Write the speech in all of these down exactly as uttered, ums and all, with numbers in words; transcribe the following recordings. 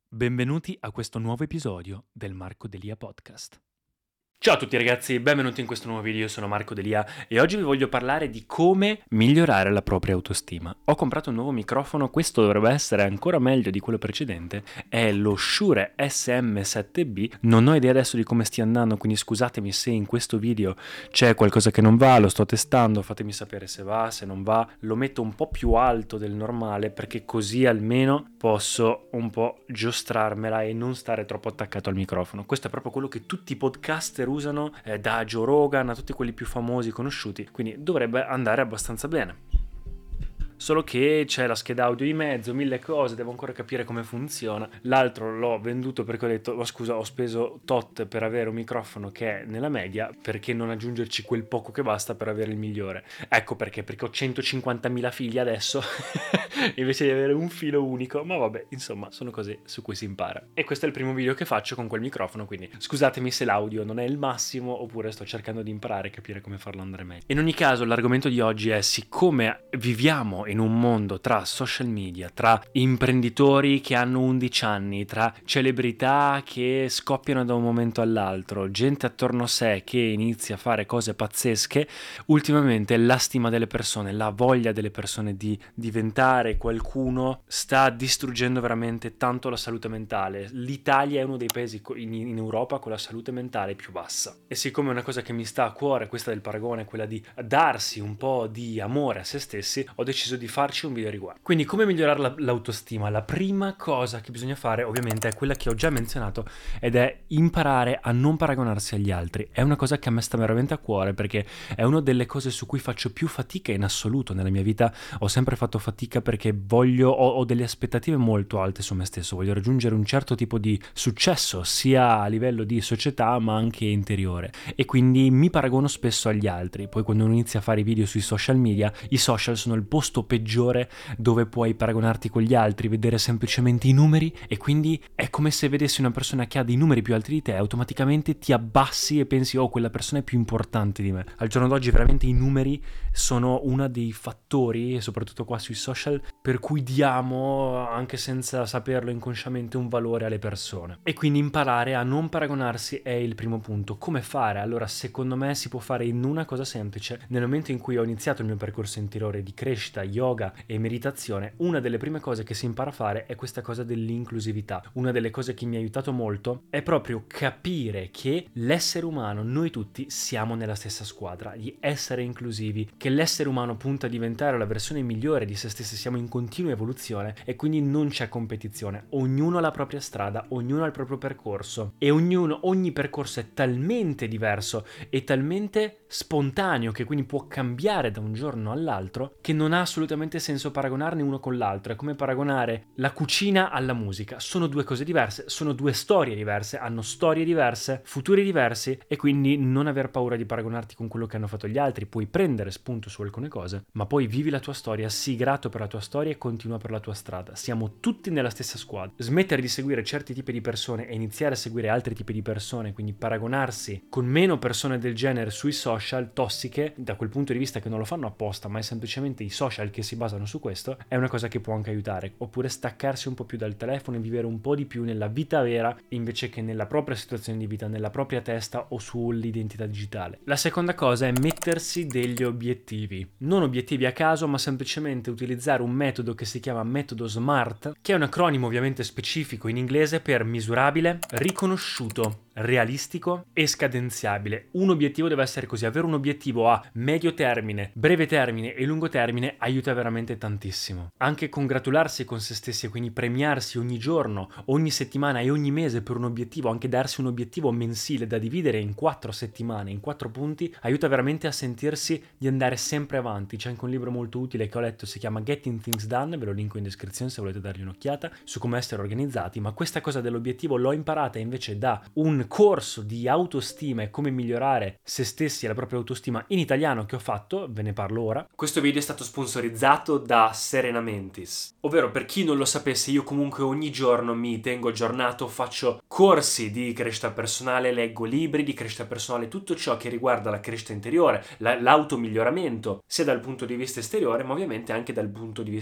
Benvenuti a questo nuovo episodio del Marco Delia Podcast. Ciao a tutti ragazzi, benvenuti in questo nuovo video, io sono Marco Delia e oggi vi voglio parlare di come migliorare la propria autostima. Ho comprato un nuovo microfono, questo dovrebbe essere ancora meglio di quello precedente, è lo Shure S M sette B, non ho idea adesso di come stia andando, quindi scusatemi se in questo video c'è qualcosa che non va, lo sto testando, fatemi sapere se va, se non va, lo metto un po' più alto del normale perché così almeno posso un po' giostrarmela e non stare troppo attaccato al microfono. Questo è proprio quello che tutti i podcaster usano, eh, da Joe Rogan a tutti quelli più famosi conosciuti, quindi dovrebbe andare abbastanza bene. Solo che c'è la scheda audio di mezzo, mille cose, devo ancora capire come funziona. L'altro l'ho venduto perché ho detto, oh, scusa, ho speso tot per avere un microfono che è nella media, perché non aggiungerci quel poco che basta per avere il migliore? Ecco perché, perché ho centocinquantamila fili adesso, invece di avere un filo unico, ma vabbè, insomma, sono cose su cui si impara. E questo è il primo video che faccio con quel microfono, quindi scusatemi se l'audio non è il massimo, oppure sto cercando di imparare e capire come farlo andare meglio. In ogni caso, l'argomento di oggi è: siccome viviamo in un mondo tra social media, tra imprenditori che hanno undici anni, tra celebrità che scoppiano da un momento all'altro, gente attorno a sé che inizia a fare cose pazzesche, ultimamente la stima delle persone, la voglia delle persone di diventare qualcuno sta distruggendo veramente tanto la salute mentale. L'Italia è uno dei paesi in, in Europa con la salute mentale più bassa. E siccome è una cosa che mi sta a cuore, questa del paragone, quella di darsi un po' di amore a se stessi, ho deciso di farci un video a riguardo. Quindi come migliorare la, l'autostima? La prima cosa che bisogna fare ovviamente è quella che ho già menzionato, ed è imparare a non paragonarsi agli altri. È una cosa che a me sta veramente a cuore perché è una delle cose su cui faccio più fatica in assoluto nella mia vita. Ho sempre fatto fatica perché voglio, ho, ho delle aspettative molto alte su me stesso, voglio raggiungere un certo tipo di successo sia a livello di società ma anche interiore, e quindi mi paragono spesso agli altri. Poi quando uno inizia a fare video sui social media, i social sono il posto peggiore dove puoi paragonarti con gli altri, vedere semplicemente i numeri, e quindi è come se vedessi una persona che ha dei numeri più alti di te, automaticamente ti abbassi e pensi: oh, quella persona è più importante di me. Al giorno d'oggi veramente i numeri sono uno dei fattori, e soprattutto qua sui social, per cui diamo, anche senza saperlo inconsciamente, un valore alle persone. E quindi imparare a non paragonarsi è il primo punto. Come fare? Allora, secondo me si può fare in una cosa semplice. Nel momento in cui ho iniziato il mio percorso interiore di crescita, yoga e meditazione, una delle prime cose che si impara a fare è questa cosa dell'inclusività. Una delle cose che mi ha aiutato molto è proprio capire che l'essere umano, noi tutti siamo nella stessa squadra, di essere inclusivi, che l'essere umano punta a diventare la versione migliore di se stessi, siamo in continua evoluzione e quindi non c'è competizione. Ognuno ha la propria strada, ognuno ha il proprio percorso, e ognuno, ogni percorso è talmente diverso e talmente spontaneo che quindi può cambiare da un giorno all'altro, che non ha assolutamente senso paragonarne uno con l'altro. È come paragonare la cucina alla musica, sono due cose diverse, sono due storie diverse, hanno storie diverse, futuri diversi, e quindi non aver paura di paragonarti con quello che hanno fatto gli altri. Puoi prendere spunto su alcune cose, ma poi vivi la tua storia, sii grato per la tua storia e continua per la tua strada. Siamo tutti nella stessa squadra. Smettere di seguire certi tipi di persone e iniziare a seguire altri tipi di persone, quindi paragonarsi con meno persone del genere sui social, tossiche, da quel punto di vista che non lo fanno apposta, ma è semplicemente i social che si basano su questo, è una cosa che può anche aiutare. Oppure staccarsi un po' più dal telefono e vivere un po' di più nella vita vera, invece che nella propria situazione di vita, nella propria testa o sull'identità digitale. La seconda cosa è mettersi degli obiettivi. Non obiettivi a caso, ma semplicemente utilizzare un metodo che si chiama metodo SMART, che è un acronimo ovviamente specifico in inglese per misurabile, riconosciuto, realistico e scadenziabile. Un obiettivo deve essere così. Avere un obiettivo a medio termine, breve termine e lungo termine aiuta veramente tantissimo. Anche congratularsi con se stessi e quindi premiarsi ogni giorno, ogni settimana e ogni mese per un obiettivo, anche darsi un obiettivo mensile da dividere in quattro settimane, in quattro punti, aiuta veramente a sentirsi di andare sempre avanti. C'è anche un libro molto utile che ho letto, si chiama Getting Things Done, ve lo linko in descrizione se volete dargli un'occhiata, su come essere organizzati, ma questa cosa dell'obiettivo l'ho imparata invece da un corso di autostima e come migliorare se stessi e la propria autostima in italiano che ho fatto, ve ne parlo ora. Questo video è stato sponsorizzato da Serena Mentis, ovvero, per chi non lo sapesse, io comunque ogni giorno mi tengo aggiornato, faccio corsi di crescita personale, leggo libri di crescita personale, tutto ciò che riguarda la crescita interiore, la, l'automiglioramento, sia dal punto di vista esteriore ma ovviamente anche dal punto di vista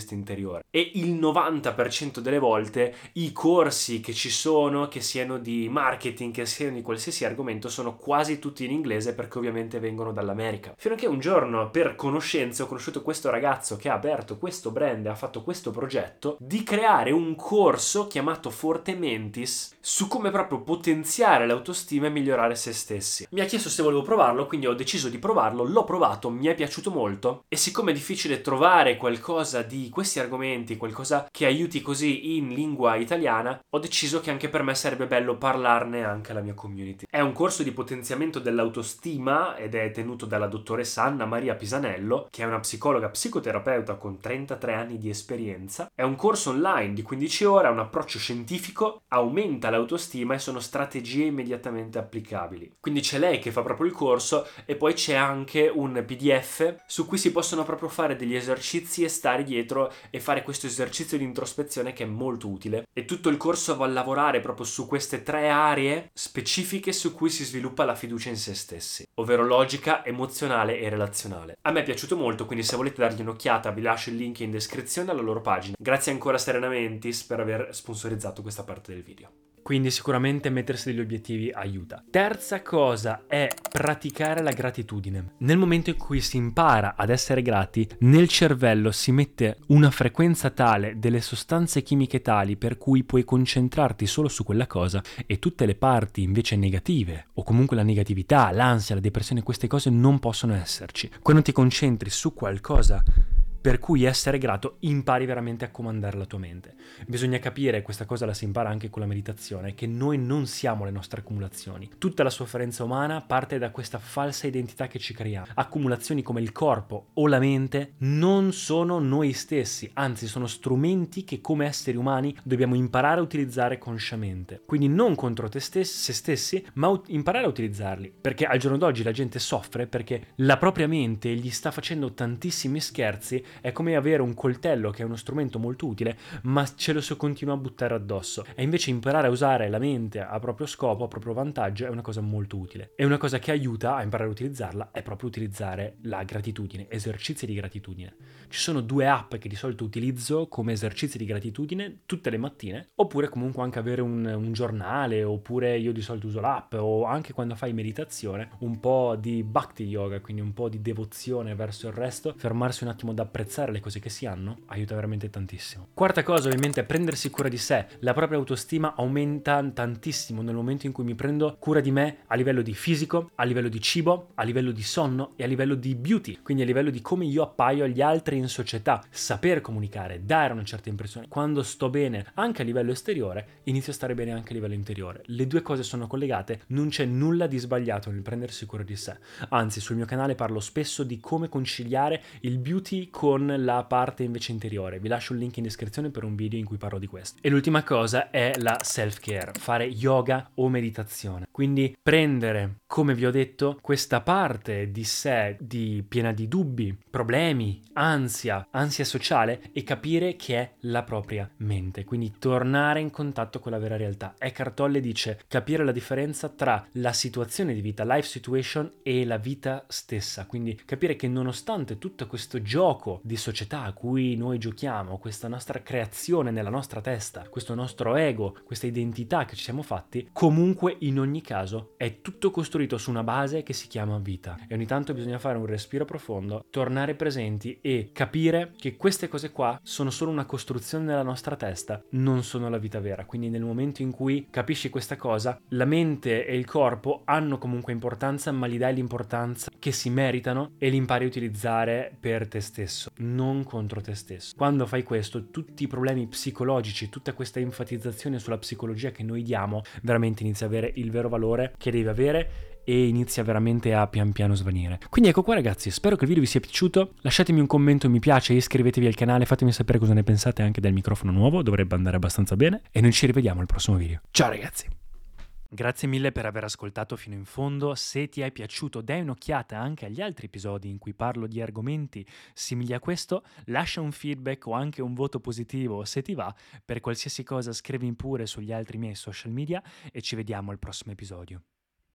vista interiore. E il novanta per cento delle volte i corsi che ci sono, che siano di marketing, che siano di qualsiasi argomento, sono quasi tutti in inglese, perché ovviamente vengono dall'America. Fino a che un giorno, per conoscenza, ho conosciuto questo ragazzo che ha aperto questo brand e ha fatto questo progetto di creare un corso chiamato Forte Mentis su come proprio potenziare l'autostima e migliorare se stessi. Mi ha chiesto se volevo provarlo, quindi ho deciso di provarlo, l'ho provato, mi è piaciuto molto, e siccome è difficile trovare qualcosa di questi argomenti, qualcosa che aiuti così in lingua italiana, ho deciso che anche per me sarebbe bello parlarne anche alla mia community. È un corso di potenziamento dell'autostima ed è tenuto dalla dottoressa Anna Maria Pisanello, che è una psicologa psicoterapeuta con trentatré anni di esperienza. È un corso online di quindici ore, ha un approccio scientifico, aumenta l'autostima e sono strategie immediatamente applicabili. Quindi c'è lei che fa proprio il corso e poi c'è anche un P D F su cui si possono proprio fare degli esercizi e stare dietro e fare questo esercizio di introspezione che è molto utile. E tutto il corso va a lavorare proprio su queste tre aree specifiche su cui si sviluppa la fiducia in se stessi, ovvero logica, emozionale e relazionale. A me è piaciuto molto, quindi se volete dargli un'occhiata vi lascio il link in descrizione alla loro pagina. Grazie ancora a Serena Mentis per aver sponsorizzato questa parte del video. Quindi sicuramente mettersi degli obiettivi aiuta. Terza cosa è praticare la gratitudine. Nel momento in cui si impara ad essere grati, nel cervello si mette una frequenza tale, delle sostanze chimiche tali, per cui puoi concentrarti solo su quella cosa e tutte le parti invece negative, o comunque la negatività, l'ansia, la depressione, queste cose non possono esserci. Quando ti concentri su qualcosa per cui essere grato, impari veramente a comandare la tua mente. Bisogna capire, questa cosa la si impara anche con la meditazione, che noi non siamo le nostre accumulazioni. Tutta la sofferenza umana parte da questa falsa identità che ci creiamo. Accumulazioni come il corpo o la mente non sono noi stessi, anzi sono strumenti che come esseri umani dobbiamo imparare a utilizzare consciamente. Quindi non contro te stessi, se stessi, ma ut- imparare a utilizzarli. Perché al giorno d'oggi la gente soffre perché la propria mente gli sta facendo tantissimi scherzi. È come avere un coltello che è uno strumento molto utile, ma ce lo si continua a buttare addosso. E invece imparare a usare la mente a proprio scopo, a proprio vantaggio, è una cosa molto utile. E una cosa che aiuta a imparare a utilizzarla è proprio utilizzare la gratitudine, esercizi di gratitudine. Ci sono due app che di solito utilizzo come esercizi di gratitudine tutte le mattine, oppure comunque anche avere un, un giornale, oppure io di solito uso l'app, o anche quando fai meditazione, un po' di bhakti yoga, quindi un po' di devozione verso il resto, fermarsi un attimo ad apprezzare le cose che si hanno aiuta veramente tantissimo. Quarta cosa ovviamente è prendersi cura di sé. La propria autostima aumenta tantissimo nel momento in cui mi prendo cura di me a livello di fisico, a livello di cibo, a livello di sonno e a livello di beauty, quindi a livello di come io appaio agli altri in società. Saper comunicare, dare una certa impressione. Quando sto bene anche a livello esteriore, inizio a stare bene anche a livello interiore. Le due cose sono collegate, non c'è nulla di sbagliato nel prendersi cura di sé. Anzi, sul mio canale parlo spesso di come conciliare il beauty con la parte invece interiore. Vi lascio il link in descrizione per un video in cui parlo di questo. E l'ultima cosa è la self-care, fare yoga o meditazione. Quindi prendere, come vi ho detto, questa parte di sé di, piena di dubbi, problemi, ansia, ansia sociale e capire che è la propria mente. Quindi tornare in contatto con la vera realtà. Eckhart Tolle dice capire la differenza tra la situazione di vita, life situation, e la vita stessa. Quindi capire che nonostante tutto questo gioco di società a cui noi giochiamo, questa nostra creazione nella nostra testa, questo nostro ego, questa identità che ci siamo fatti, comunque in ogni caso è tutto costruito su una base che si chiama vita. E ogni tanto bisogna fare un respiro profondo, tornare presenti e capire che queste cose qua sono solo una costruzione nella nostra testa, non sono la vita vera. Quindi nel momento in cui capisci questa cosa, la mente e il corpo hanno comunque importanza, ma gli dai l'importanza che si meritano e li impari a utilizzare per te stesso, non contro te stesso. Quando fai questo, tutti i problemi psicologici, tutta questa enfatizzazione sulla psicologia che noi diamo, veramente inizia a avere il vero valore che deve avere e inizia veramente a pian piano svanire. Quindi ecco qua ragazzi, spero che il video vi sia piaciuto, lasciatemi un commento, un mi piace, iscrivetevi al canale, fatemi sapere cosa ne pensate anche del microfono nuovo, dovrebbe andare abbastanza bene e noi ci rivediamo al prossimo video. Ciao ragazzi! Grazie mille per aver ascoltato fino in fondo. Se ti è piaciuto, dai un'occhiata anche agli altri episodi in cui parlo di argomenti simili a questo, lascia un feedback o anche un voto positivo se ti va. Per qualsiasi cosa scrivimi pure sugli altri miei social media e ci vediamo al prossimo episodio.